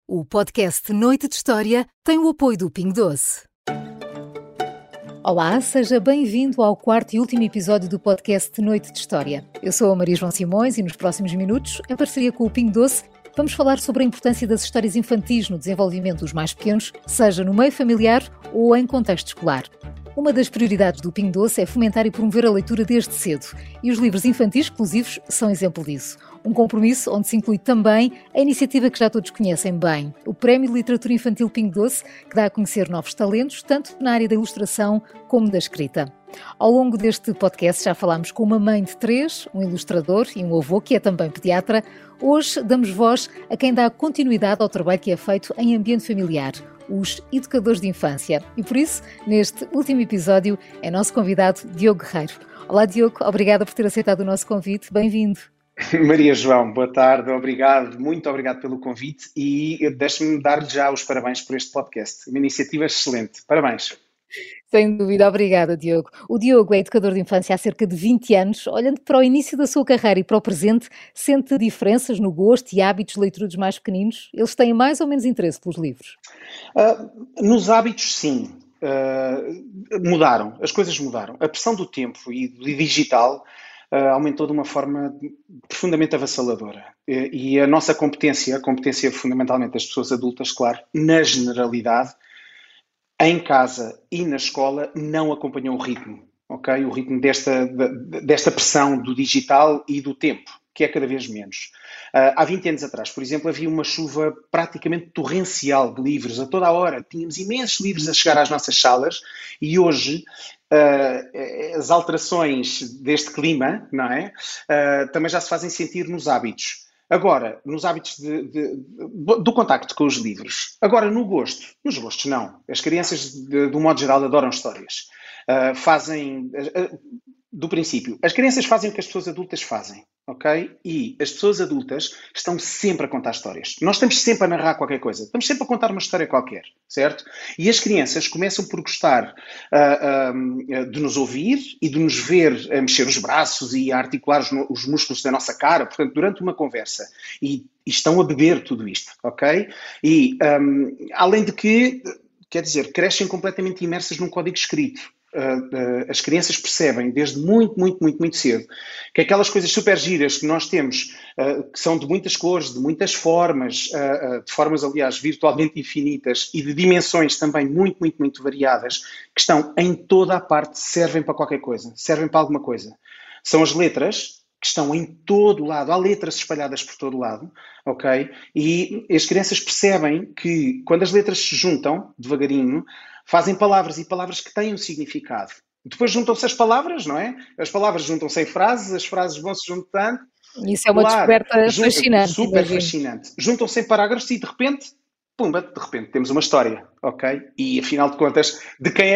O podcast Noite de História tem o apoio do Pingo Doce. Olá, seja bem-vindo ao quarto e último episódio do podcast Noite de História. Eu sou a Maria João Simões e nos próximos minutos, em parceria com o Pingo Doce, vamos falar sobre a importância das histórias infantis no desenvolvimento dos mais pequenos, seja no meio familiar ou em contexto escolar. Uma das prioridades do Pingo Doce é fomentar e promover a leitura desde cedo, e os livros infantis exclusivos são exemplo disso. Um compromisso onde se inclui também a iniciativa que já todos conhecem bem, o Prémio de Literatura Infantil Pingo Doce, que dá a conhecer novos talentos, tanto na área da ilustração como da escrita. Ao longo deste podcast já falámos com uma mãe de 3, um ilustrador e um avô que é também pediatra. Hoje damos voz a quem dá continuidade ao trabalho que é feito em ambiente familiar, os educadores de infância. E por isso, neste último episódio, é nosso convidado Diogo Guerreiro. Olá Diogo, obrigada por ter aceitado o nosso convite, bem-vindo. Maria João, boa tarde, obrigado, muito obrigado pelo convite e deixe-me dar-lhe já os parabéns por este podcast, uma iniciativa excelente, parabéns. Sem dúvida, obrigada Diogo. O Diogo é educador de infância há cerca de 20 anos, olhando para o início da sua carreira e para o presente, sente diferenças no gosto e hábitos de leitura dos mais pequeninos? Eles têm mais ou menos interesse pelos livros? Nos hábitos, sim. Mudaram, as coisas mudaram. A pressão do tempo e do digital aumentou de uma forma profundamente avassaladora. E a nossa competência, a competência fundamentalmente das pessoas adultas, claro, na generalidade, em casa e na escola, não acompanhou o ritmo, ok? O ritmo desta pressão do digital e do tempo, que é cada vez menos. Há 20 anos atrás, por exemplo, havia uma chuva praticamente torrencial de livros a toda a hora. Tínhamos imensos livros a chegar às nossas salas e hoje as alterações deste clima, não é? Também já se fazem sentir nos hábitos. Agora, nos hábitos do contacto com os livros. Agora, nos gostos não. As crianças, de um modo geral, adoram histórias. Fazem, do princípio, as crianças fazem o que as pessoas adultas fazem, ok? E as pessoas adultas estão sempre a contar histórias. Nós estamos sempre a narrar qualquer coisa. Estamos sempre a contar uma história qualquer, certo? E as crianças começam por gostar de nos ouvir e de nos ver a mexer os braços e a articular os músculos da nossa cara, portanto, durante uma conversa. E estão a beber tudo isto, ok? E, além de que, quer dizer, crescem completamente imersas num código escrito. As crianças percebem desde muito cedo que aquelas coisas super giras que nós temos, que são de muitas cores, de muitas formas, de formas, aliás, virtualmente infinitas e de dimensões também muito variadas, que estão em toda a parte, servem para qualquer coisa, servem para alguma coisa. São as letras que estão em todo o lado, há letras espalhadas por todo o lado, ok? E as crianças percebem que quando as letras se juntam, devagarinho, fazem palavras e palavras que têm um significado. Depois juntam-se as palavras, não é? As palavras juntam-se em frases, as frases vão se juntando. Isso é uma descoberta fascinante. Super fascinante. Juntam-se em parágrafos e de repente, pumba, de repente temos uma história, ok? E afinal de contas, de quem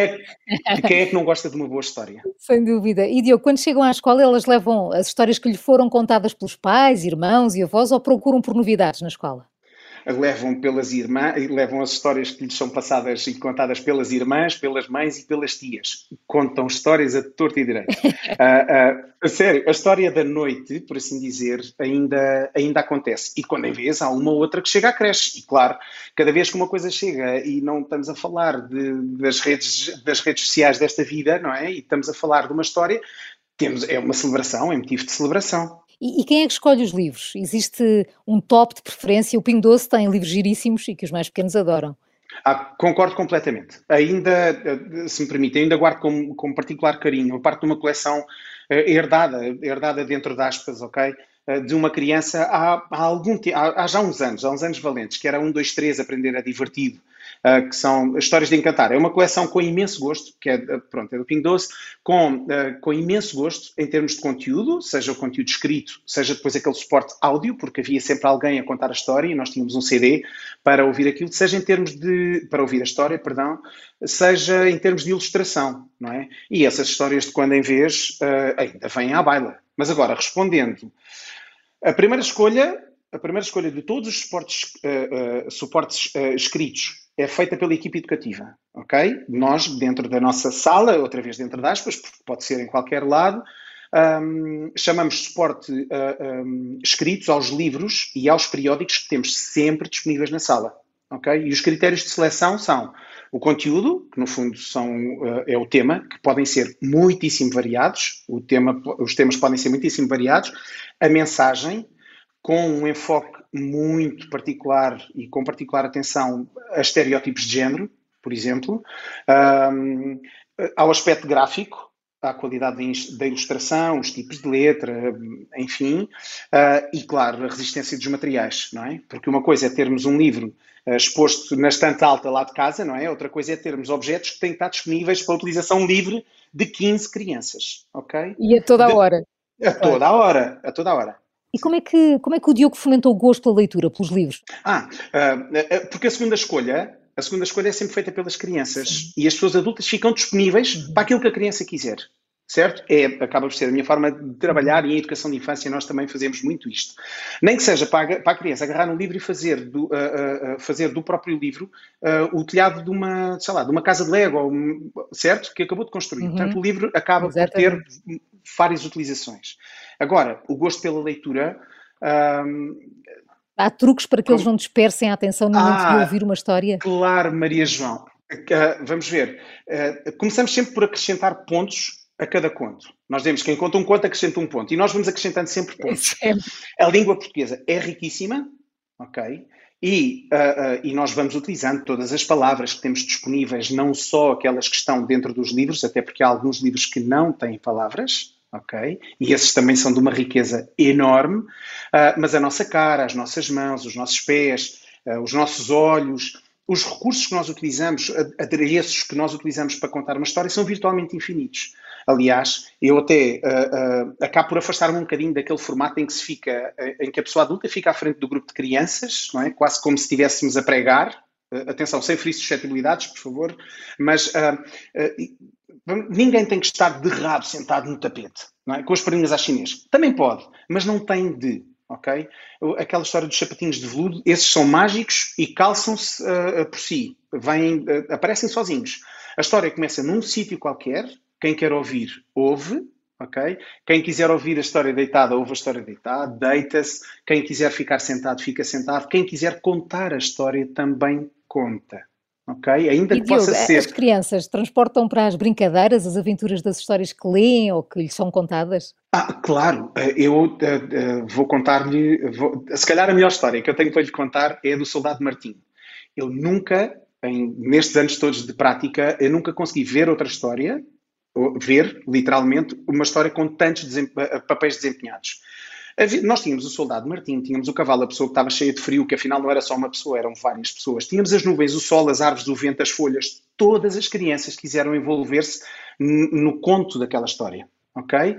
é que não gosta de uma boa história? Sem dúvida. E Diogo, quando chegam à escola, elas levam as histórias que lhe foram contadas pelos pais, irmãos e avós ou procuram por novidades na escola? Levam pelas irmãs, levam as histórias que lhes são passadas e contadas pelas irmãs, pelas mães e pelas tias. Contam histórias a torto e direito. A sério, a história da noite, por assim dizer, ainda acontece. E quando em vez há uma ou outra que chega à creche. E claro, cada vez que uma coisa chega e não estamos a falar das redes sociais desta vida, não é? E estamos a falar de uma história, é uma celebração, é motivo de celebração. E quem é que escolhe os livros? Existe um top de preferência? O Pingo Doce tem livros giríssimos e que os mais pequenos adoram. Concordo completamente. Ainda, se me permite, ainda guardo com particular carinho a parte de uma coleção herdada dentro de aspas, ok? De uma criança há já uns anos valentes, que era 1, 2, 3, Aprender é Divertido, que são histórias de encantar. É uma coleção com imenso gosto, que é do Pingo Doce, com imenso gosto em termos de conteúdo, seja o conteúdo escrito, seja depois aquele suporte áudio, porque havia sempre alguém a contar a história e nós tínhamos um CD para ouvir aquilo, seja em termos para ouvir a história, perdão, seja em termos de ilustração, não é? E essas histórias de quando em vez ainda vêm à baila. Mas agora, respondendo, a primeira escolha de todos os suportes escritos é feita pela equipe educativa, ok? Nós, dentro da nossa sala, outra vez dentro de aspas, porque pode ser em qualquer lado, chamamos de suporte escritos aos livros e aos periódicos que temos sempre disponíveis na sala. Okay? E os critérios de seleção são o conteúdo, que no fundo é o tema, que podem ser muitíssimo variados, os temas podem ser muitíssimo variados, a mensagem, com um enfoque muito particular e com particular atenção a estereótipos de género, por exemplo, ao aspecto gráfico, à qualidade da ilustração, os tipos de letra, enfim, e claro, a resistência dos materiais, não é? Porque uma coisa é termos um livro exposto na estante alta lá de casa, não é? Outra coisa é termos objetos que têm que estar disponíveis para utilização livre de 15 crianças, ok? E a toda a hora. A toda a hora, a toda a hora. E como é que o Diogo fomentou o gosto pela leitura, pelos livros? Porque a segunda escolha é sempre feita pelas crianças e as pessoas adultas ficam disponíveis para aquilo que a criança quiser, certo? Acaba por ser a minha forma de trabalhar e em educação de infância nós também fazemos muito isto. Nem que seja para a criança agarrar um livro e fazer do próprio livro o telhado de uma casa de Lego, certo? Que acabou de construir. Portanto, o livro acaba por ter várias utilizações. Agora, o gosto pela leitura... Há truques para que eles não dispersem a atenção no momento de ouvir uma história? Claro, Maria João. Vamos ver. Começamos sempre por acrescentar pontos a cada conto. Nós dizemos que quem conta um conto acrescenta um ponto. E nós vamos acrescentando sempre pontos. A língua portuguesa é riquíssima, ok? E nós vamos utilizando todas as palavras que temos disponíveis, não só aquelas que estão dentro dos livros, até porque há alguns livros que não têm palavras, ok? E esses também são de uma riqueza enorme, mas a nossa cara, as nossas mãos, os nossos pés, os nossos olhos, os recursos que nós utilizamos, adereços que nós utilizamos para contar uma história são virtualmente infinitos. Aliás, eu até acabo por afastar-me um bocadinho daquele formato em que a pessoa adulta fica à frente do grupo de crianças, não é? Quase como se estivéssemos a pregar. Atenção, sem ferir suscetibilidades, por favor, mas ninguém tem que estar de rabo sentado no tapete, não é? Com as perninhas à chinês. Também pode, mas não tem de, ok? Aquela história dos sapatinhos de veludo, esses são mágicos e calçam-se por si, aparecem sozinhos. A história começa num sítio qualquer, quem quer ouvir, ouve, ok? Quem quiser ouvir a história deitada, ouve a história deitada, deita-se. Quem quiser ficar sentado, fica sentado. Quem quiser contar a história também conta, ok? Ainda que possa ser... As crianças transportam para as brincadeiras as aventuras das histórias que leem ou que lhes são contadas? Claro. Eu vou contar-lhe... Se calhar a melhor história que eu tenho para lhe contar é a do Soldado Martim. Eu nunca, nestes anos todos de prática, eu nunca consegui ver outra história, ver, literalmente, uma história com tantos papéis desempenhados. Nós tínhamos o Soldado Martim, tínhamos o cavalo, a pessoa que estava cheia de frio, que afinal não era só uma pessoa, eram várias pessoas. Tínhamos as nuvens, o sol, as árvores, o vento, as folhas. Todas as crianças quiseram envolver-se no conto daquela história, ok?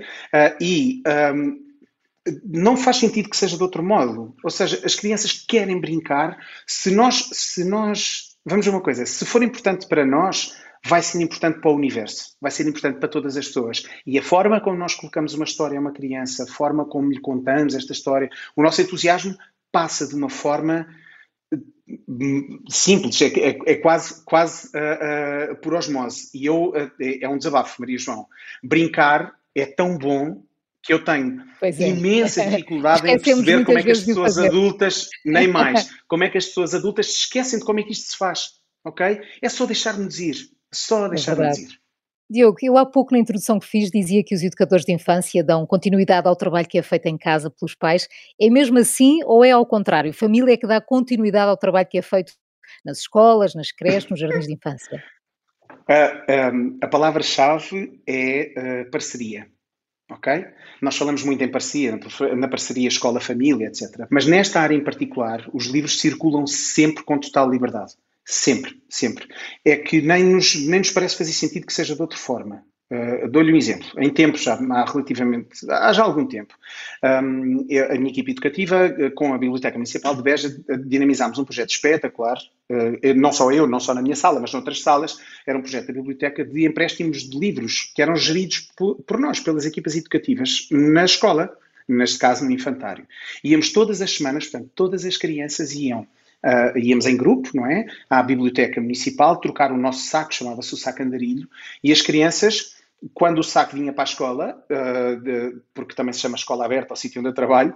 Não faz sentido que seja de outro modo. Ou seja, as crianças querem brincar. Se nós... Vamos ver uma coisa, se for importante para nós... vai ser importante para o universo, vai ser importante para todas as pessoas. E a forma como nós colocamos uma história a uma criança, a forma como lhe contamos esta história, o nosso entusiasmo passa de uma forma simples, é quase por osmose. E é um desabafo, Maria João. Brincar é tão bom que eu tenho imensa dificuldade em perceber como é que as pessoas adultas, nem mais, como é que as pessoas adultas se esquecem de como é que isto se faz, ok? É só deixar-nos ir. Só deixar-nos ir. Diogo, eu há pouco na introdução que fiz dizia que os educadores de infância dão continuidade ao trabalho que é feito em casa pelos pais. É mesmo assim ou é ao contrário? A família é que dá continuidade ao trabalho que é feito nas escolas, nas creches, nos jardins de infância? A palavra-chave é parceria, ok? Nós falamos muito em parceria, na parceria escola-família, etc. Mas nesta área em particular, os livros circulam sempre com total liberdade. Sempre, sempre. É que nem nos parece fazer sentido que seja de outra forma. Dou-lhe um exemplo. Em tempos, há já algum tempo, a minha equipe educativa, com a Biblioteca Municipal de Beja, dinamizámos um projeto espetacular, não só eu, não só na minha sala, mas noutras salas, era um projeto da biblioteca de empréstimos de livros que eram geridos por nós, pelas equipas educativas, na escola, neste caso no infantário. Íamos todas as semanas, portanto, todas as crianças íamos em grupo, não é? À biblioteca municipal, trocar o nosso saco, chamava-se o saco andarilho, e as crianças quando o saco vinha para a escola, porque também se chama escola aberta, ao sítio onde eu trabalho,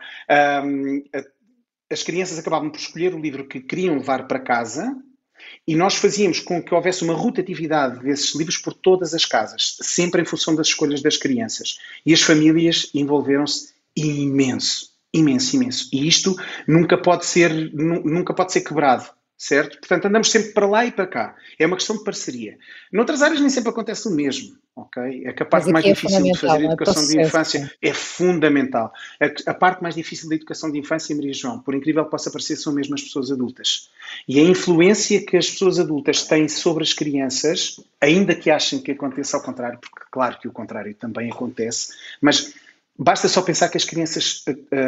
as crianças acabavam por escolher o livro que queriam levar para casa e nós fazíamos com que houvesse uma rotatividade desses livros por todas as casas, sempre em função das escolhas das crianças. E as famílias envolveram-se imenso, imenso, imenso. E isto nunca pode ser quebrado. Certo? Portanto, andamos sempre para lá e para cá. É uma questão de parceria. Noutras áreas nem sempre acontece o mesmo, ok? É que a parte mais difícil de fazer a educação de infância é fundamental. A parte mais difícil da educação de infância, Maria João, por incrível que possa parecer, são mesmo as pessoas adultas. E a influência que as pessoas adultas têm sobre as crianças, ainda que achem que aconteça ao contrário, porque claro que o contrário também acontece, mas basta só pensar que as crianças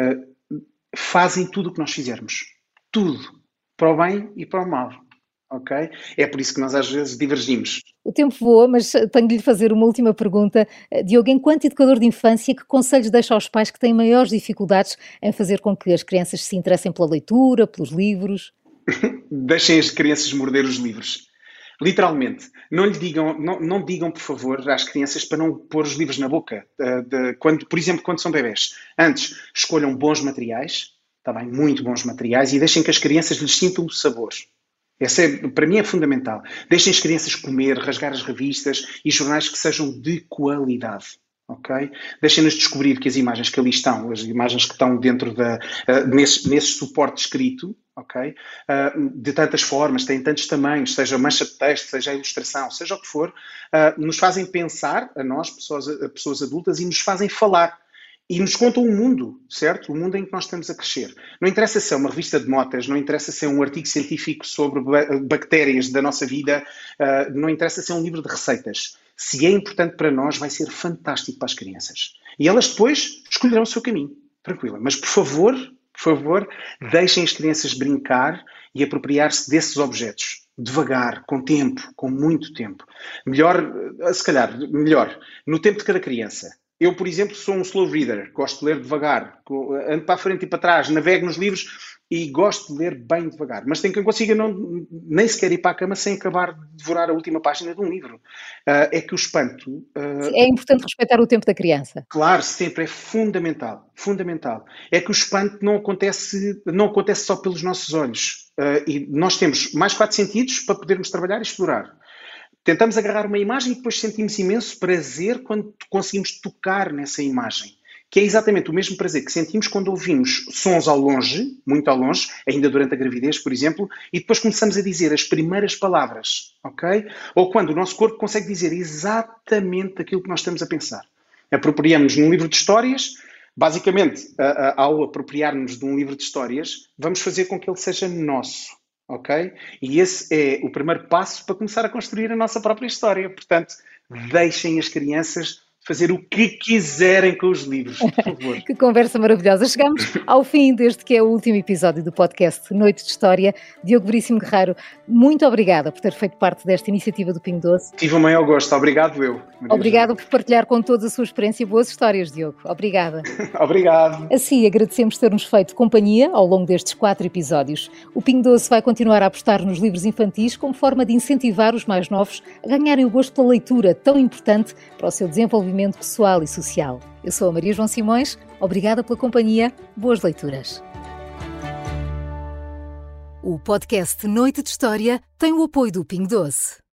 fazem tudo o que nós fizermos. Tudo. Para o bem e para o mal, ok? É por isso que nós às vezes divergimos. O tempo voa, mas tenho de lhe fazer uma última pergunta. Diogo, enquanto educador de infância, que conselhos deixa aos pais que têm maiores dificuldades em fazer com que as crianças se interessem pela leitura, pelos livros? Deixem as crianças morder os livros. Literalmente. Não digam, por favor, às crianças para não pôr os livros na boca. Por exemplo, quando são bebés. Antes, escolham bons materiais, está bem, muito bons materiais, e deixem que as crianças lhes sintam o sabor. Para mim é fundamental. Deixem as crianças comer, rasgar as revistas e jornais que sejam de qualidade. Okay? Deixem-nos descobrir que as imagens que ali estão, as imagens que estão dentro nesse suporte escrito, okay? De tantas formas, têm tantos tamanhos, seja a mancha de texto, seja a ilustração, seja o que for, nos fazem pensar, a nós, pessoas adultas, e nos fazem falar. E nos contam o mundo, certo? O mundo em que nós estamos a crescer. Não interessa se é uma revista de notas, não interessa se é um artigo científico sobre bactérias da nossa vida, não interessa se é um livro de receitas. Se é importante para nós, vai ser fantástico para as crianças. E elas depois escolherão o seu caminho, tranquila. Mas, por favor, deixem as crianças brincar e apropriar-se desses objetos. Devagar, com tempo, com muito tempo. Melhor, no tempo de cada criança. Eu, por exemplo, sou um slow reader, gosto de ler devagar, ando para a frente e para trás, navego nos livros e gosto de ler bem devagar. Mas tem quem consiga nem sequer ir para a cama sem acabar de devorar a última página de um livro. É que o espanto... É importante respeitar o tempo da criança. Claro, sempre, é fundamental, fundamental. É que o espanto não acontece só pelos nossos olhos. E nós temos mais 4 sentidos para podermos trabalhar e explorar. Tentamos agarrar uma imagem e depois sentimos imenso prazer quando conseguimos tocar nessa imagem, que é exatamente o mesmo prazer que sentimos quando ouvimos sons ao longe, muito ao longe, ainda durante a gravidez, por exemplo, e depois começamos a dizer as primeiras palavras, ok? Ou quando o nosso corpo consegue dizer exatamente aquilo que nós estamos a pensar. Apropriamos-nos num livro de histórias, basicamente, ao apropriar-nos de um livro de histórias, vamos fazer com que ele seja nosso. Ok? E esse é o primeiro passo para começar a construir a nossa própria história. Portanto, deixem as crianças fazer o que quiserem com os livros, por favor. Que conversa maravilhosa. Chegamos ao fim deste que é o último episódio do podcast Noite de História. Diogo Veríssimo Guerreiro, muito obrigada por ter feito parte desta iniciativa do Pingo Doce. Tive o maior gosto. Obrigado eu. Obrigada por partilhar com todos a sua experiência e boas histórias, Diogo. Obrigada. Obrigado. Assim, agradecemos ter-nos feito companhia ao longo destes 4 episódios. O Pingo Doce vai continuar a apostar nos livros infantis como forma de incentivar os mais novos a ganharem o gosto pela leitura, tão importante para o seu desenvolvimento pessoal e social. Eu sou a Maria João Simões, obrigada pela companhia, boas leituras. O podcast Noite de História tem o apoio do Pingo Doce.